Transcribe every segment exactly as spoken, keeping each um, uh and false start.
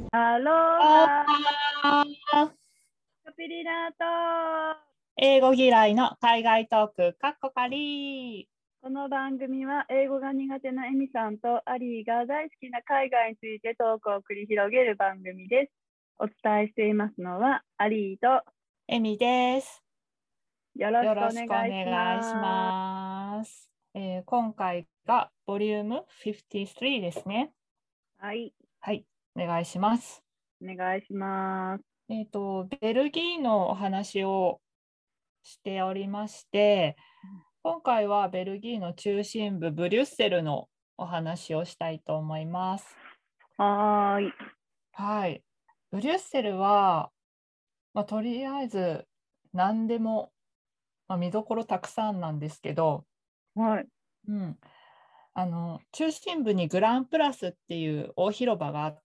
アロあハ、 ーカピリナート。 英語嫌いの海外トーク、カッコカリ。 この番組は英語が苦手なエミさんとアリーが大好きな海外についてトークを繰り広げる番組です。お伝えしていますのはアリーとエミです。 よろしくおよろしくお願いし願いします。 ます。えー今回がボリュームごじゅうさんですね。 はい、 はい、お願いします。 お願いします。 えっと、ベルギーのお話をしておりまして、今回はベルギーの中心部、ブリュッセルのお話をしたいと思います。 はーい。 はい。ブリュッセルは、まあ、とりあえず何でも、まあ、見どころたくさんなんですけど、 はい。 うん、あの中心部にグランプラスっていう大広場があって、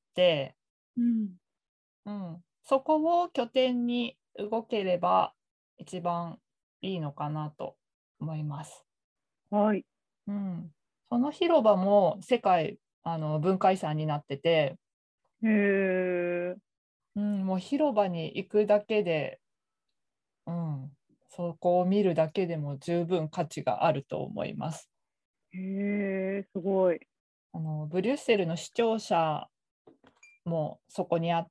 うん。 うん、そこを拠点に動ければ一番いいのかなと思います。 はい。 うん、その広場も世界あの文化遺産になってて、 へー。 うん、もう広場に行くだけで、うん、そこを見るだけでも十分価値があると思います。 へー、すごい。 あのブリュッセルの市庁舎もそこにあって、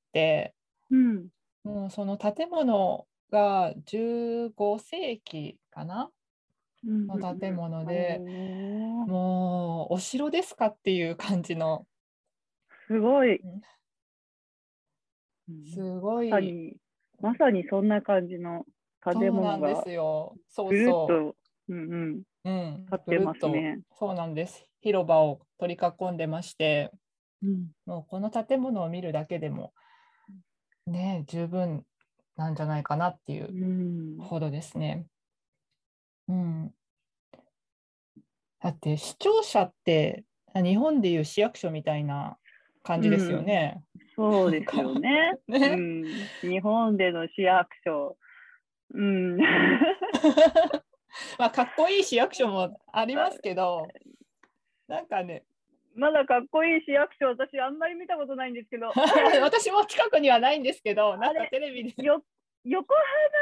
うん。 もうその建物がじゅうご世紀かなうん。 の建物うん。 で、 おー、 もうお城ですかっていう感じの、 すごい。 うん、 うん、 すまごい、 さに、まさにそんな感じの建そうなんで物がすよ。そうぐるっそと、うんうん、 う。うん、ぐ立ってるっと、 ますね。 そうなんです。広場を取り囲んでまして、 うん。 もうこの建物を見るだけでもね、十分なんじゃないかなっていううん。 ほどですね。うん。だって市庁舎って日本でいう市役所みたいな感うじですよん。 ね。 そうですよなんかね。うね。 ん。日本での市役所。うん。 まあかっこいい市役所もありますあ、 けど、なんかね、 まだかっこいい市役所、私あんまり見たことないんですけど、 私も近くにはないんですけど、なんかあれ、 テレビで、 よ、横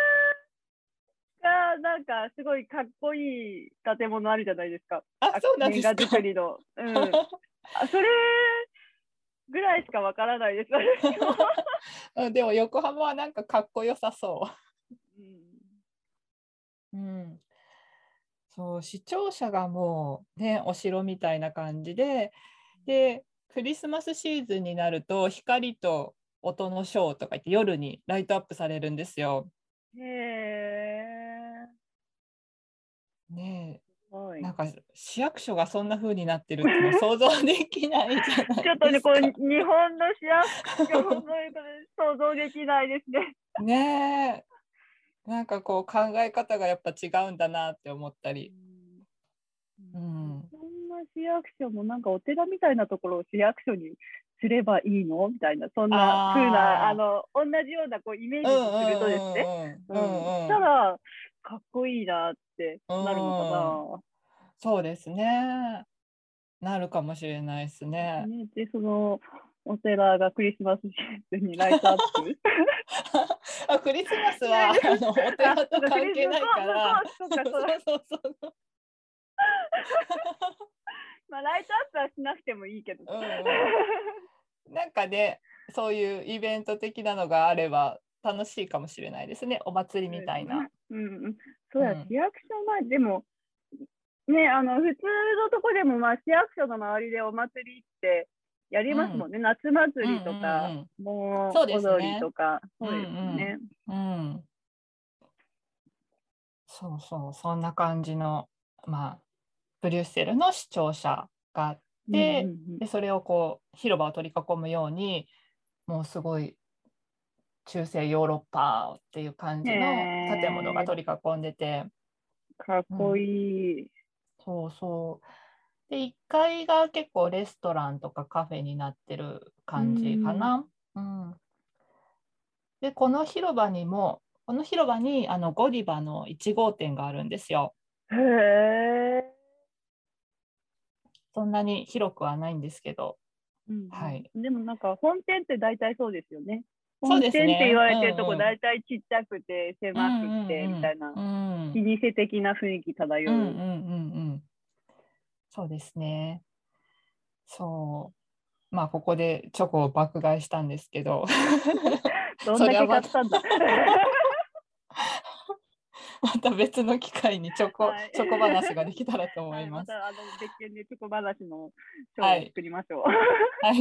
浜がなんかすごいかっこいい建物あるじゃないですか。 あ、 あ、 そうなんレンガですか。 造りの。うん。あ、それぐらいしかわからないです、私も。 でも横浜はなんかかっこよさそうん。 う。うん。そう、市庁舎がもうね、お城みたいな感じで、で、クリスマスシーズンになると光と音のショーとか言って夜にライトアップされるんですよ。 へえ、 ねえ、 はい。 なんか市役所がそんな風になってるっていうのは想像できないじゃないちょっとね、こう、日ですか。 本の市役所のいうことで想像できないですね。 ねえ、なんかこう考え方がやっぱ違うんだなって思ったうり。 ん、 うん。 そんな市役所もなんかお寺みたいなところを市役所にすればいいのみたいな、そんな風な、ああの、同じようなこうイメーあ、うジにするとんですね、 うんうん、しうんうん。 たら、かっこいいなってなるのかうんうん。 な。 そうですね。なるかもしれないですね。 ね、で、その、お寺がクリスマスシーズンにライトアップ。 あ、クリスマスライはあのおトあ、 寺とそうか、クリス、向こ関係ないう、向こから、 う、そうか、そう。 そうそうそうそう。 まあ、ライトアップはしなくてもいいけど。 うんうん。なんかね、そういうイベント的なのがあれば楽しいかもしれないですね。お祭りそうみたいな。 ですね。うん。そうや、市うん。 役所前、でも、ね、あの、普通のとこでも、まあ、市役所の周りでお祭りってやりうん。 ますもんね。夏祭りうんうとか、 んうん。そうで盆踊りすね。 とか、 うそうですよね。 んうん。うん。そうそう、そんな感じの、まあ、ブリュッセルの市庁舎があっうんうて、 んで、それをこう、広場を取り囲むように、もうすごい中世ヨーロッパっていう感うん。 じの建物がへえ、 取り囲んでて、 かっこうん、 いい。 そうそう。で、いっかいが結構レストランとかカフェになってるう感じかん。 な。うん。で、この広場にも、この広場にあのゴディバのいち号店があるんですよ。 へえ。 そんなに広くはないんですけど、 うんはい、 でもなんか本店って大体そうですよね。 そう本店ってですね。 言われてるとこうんうん。 大体ちっちゃくてうん狭くてみうんたいな、 うん。うん老舗的な雰囲気漂う。 うんうんうんうん。そうですね。そう。まあ、ここでチョコを爆買いしたんですけど、 どんだけそれはまた買ったんだ。 また別の機会にチョコ、 はい。 チョコ話ができたらと思はい。 います。 またあの別件でチョコ話のショーをはい。 作りましょう。 はい。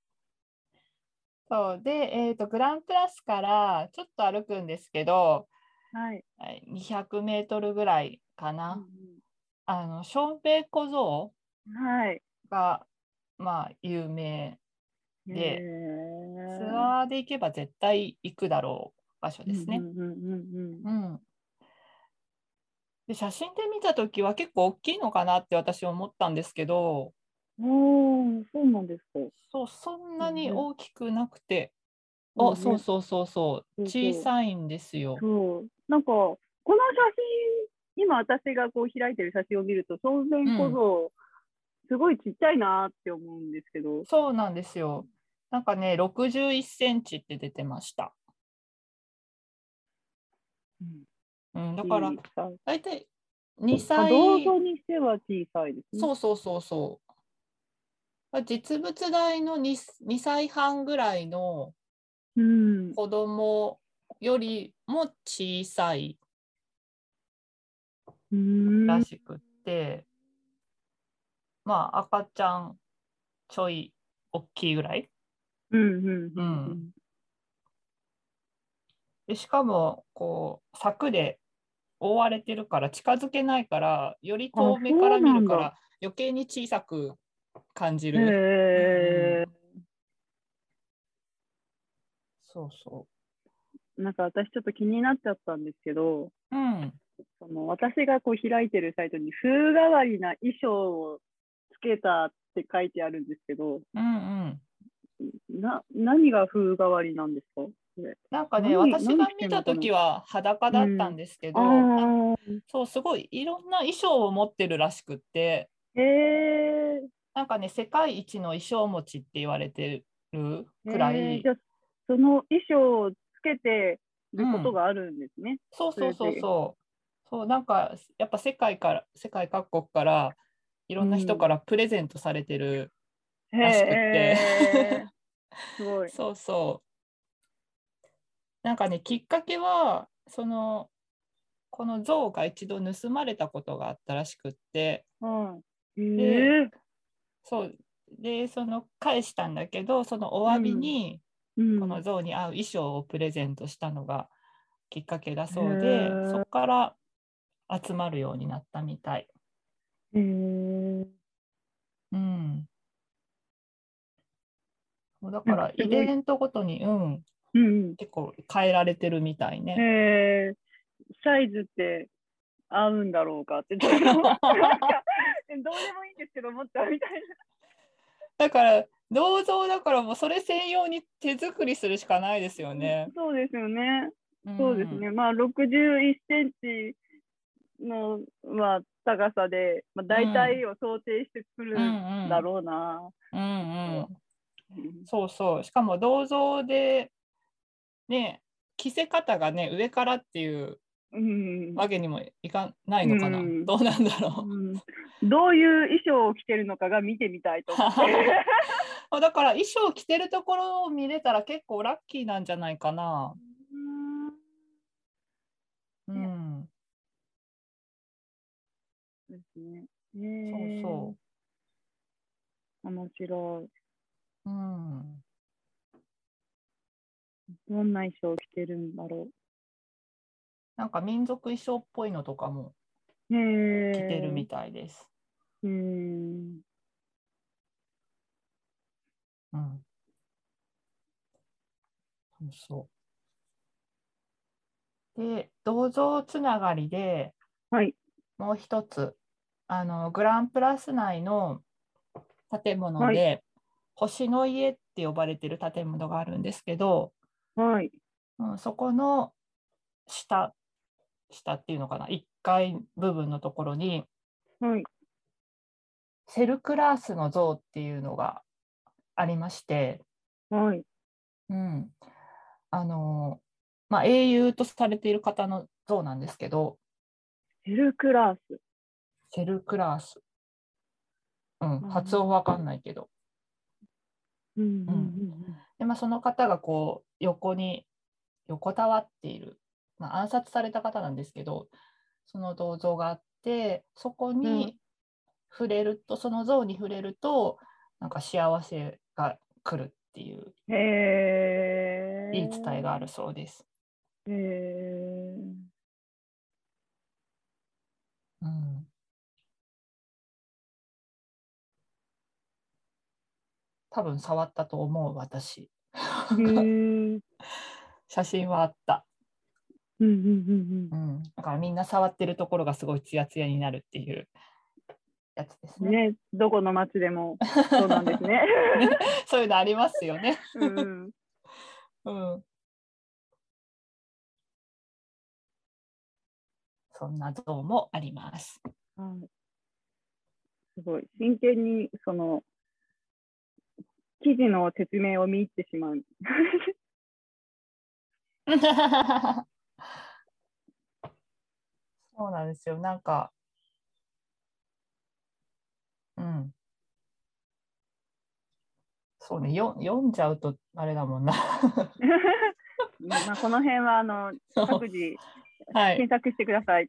そうで、えーと、グランプラスからちょっと歩くんですけど、 はい。 はいにひゃくメートルぐらいかうんな。あの、ションベイ小僧うん、はい。 が、まあ、有名へで、ツえ。 アーで行けば絶対行くだろう場所うんうですね。 んうんうんうん。で、写真で見たときは結構大きいのかなって私思ったんですけど、 うん。おー、そうなんですか。 そう、そんなにね、 大きくなくて、あ、そうそうね。 そうそうそう、 そうそう。 小さいんですよ。 そう。なんか、この写真、今私がこう開いてる写真を見ると、正面小うん、 僧、すごいちっちゃいなって思うんですけど。 そうなんですよ。なんかね、ろくじゅういっセンチって出てました。 うん、 うん、だから、 小さい。 大体にまあ、銅さい、 像にしては小さいですね。 そうそうそうそう。実物大の に, にさいはんぐらいのうん。 子供よりも小さいうん。うんらしくって、まあ赤ちゃんちょい大きいぐらい。 うんうんうん。 うん。 で、しかも、こう、柵で覆われてるから近づけないから、よりあ、 遠目からそうなんだ。 見るから余計に小さく感じへる。うんうん。 え。 そうそなんか私ちょっと気になっちゃったんですけど、 う。うん。 その私がこう開いてるサイトに風変わりな衣装をつけたって書いてあるんですけど、 うんうん。 な、何が風変わりなんですかこれ？ なんかね、 何、 私が何着て見たとんのかな？ きは裸だったうん。 んですけあど、なんあ、 そう、すごいいろんな衣装を持ってるらしくって、 へえ、 なんかね、世界一の衣装持ちって言われてるへくらえ、じい、 ゃあ、その衣装をつけてることうん、 があるんですね。 そうそうそうそれで。 そう、そう、なんか、やっぱ世界から、世界各国から、いろんな人うん。 からプレゼントされてるへらしくって、 え、すごい。 そうそう、なんかね、きっかけは、その、この像が一度盗まれたことがあったらしくって、 はい。 で、 へえ、 そう、で、その返したんだけど、そのお詫びうん、 に、 うん。 この像に合う衣装をプレゼントしたのがきっかけだへそうで、そえ、 こから集まるようになったみたい。 へえ、 うん。だなんかからイすごい。 ベントごとに、うん、 うん。 結構変えられてるみたいへね。 え、サイズって合うんだろうかって、ちょっと、なんか、どうでもいいんですけど、思ったみたいな。 だから銅像だからもうそれ専用に手作りするしかないですよね。 そうですよね。 うん。 そうですね。まあ、ろくじゅういっセンチの、まあ、高さで、まあ、大体うんを想定してくうるんだんろうな、 うんうんうきっと。 ん。 うん。 そうそう。しかも銅像でね、着せ方がね、上からっていううん。 わけにもいかないうのかな。 ん。 どうなんだろうん、どういう衣装を着てるのかが見てみたいと思って。 う。だから衣装着てるところを見れたら結構ラッキーなんじゃないかな。うね、 ん。 ですね。 そうえー、 そ面白い。 う。うん。 どんな衣装を着てるんだろなんか民族衣装っぽいのとかもう。へ着てるえみたいです。 ー、うん。 うん。そうそう。で、銅像つながりではい、 もう一つ、あの、グランプラス内の建物はい、 で、星の家って呼ばれてる建物があるんですけど、 はい、 うん、そこの下、下っていうのかな、いっかい部分のところに、 はい。 セルクラースの像っていうのがありまして、 はい。 うん、あの、まあ、英雄とされている方の像なんですけど、 セルクラース。 セルクラース、うん、 あ発音わかんーないけど、 うんうんううん、 んで、まあ、その方がこう横に横たわっている、まあ、暗殺された方なんですけど、その銅像があって、そこうん。 に触れると、その像に触れると、なんか幸せが来るっていううん、へ言い伝えがあるそうです。 え。へえ。 うん、多分触ったと思う、私。 へえ。 写真はあった。 うんうんうんうん、だからみんな触ってるところがすごいツヤツヤになるっていうやつですうん。 ね。 ね、どこの町でもそうなんですね。 ね、そういうのありますよね。 うん。 うん、そんな像もあります。 はい、すごい。真剣に、その、記事の説明を見入ってしまう。 そうなんですよ。なんか、うん、そうね、よ読んじゃうとあれだもんな。 まあ、この辺は、あの、 そう、 各自はい。 検索してくださいって。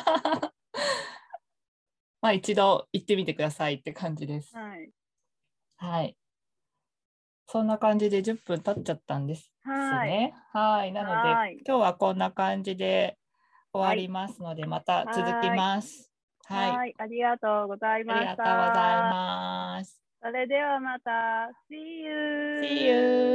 まあ一度行ってみてくださいって感じです。 はい。 はい。そんな感じでじゅっぷん経っちゃったんですはい。 ね。はい。なので、 はい。 今日はこんな感じで終わはい。 りますので、また続きはい。 ます。はい。 はい。ありがとうございありましがとうございた。 ます。 それではまた。See See you! you!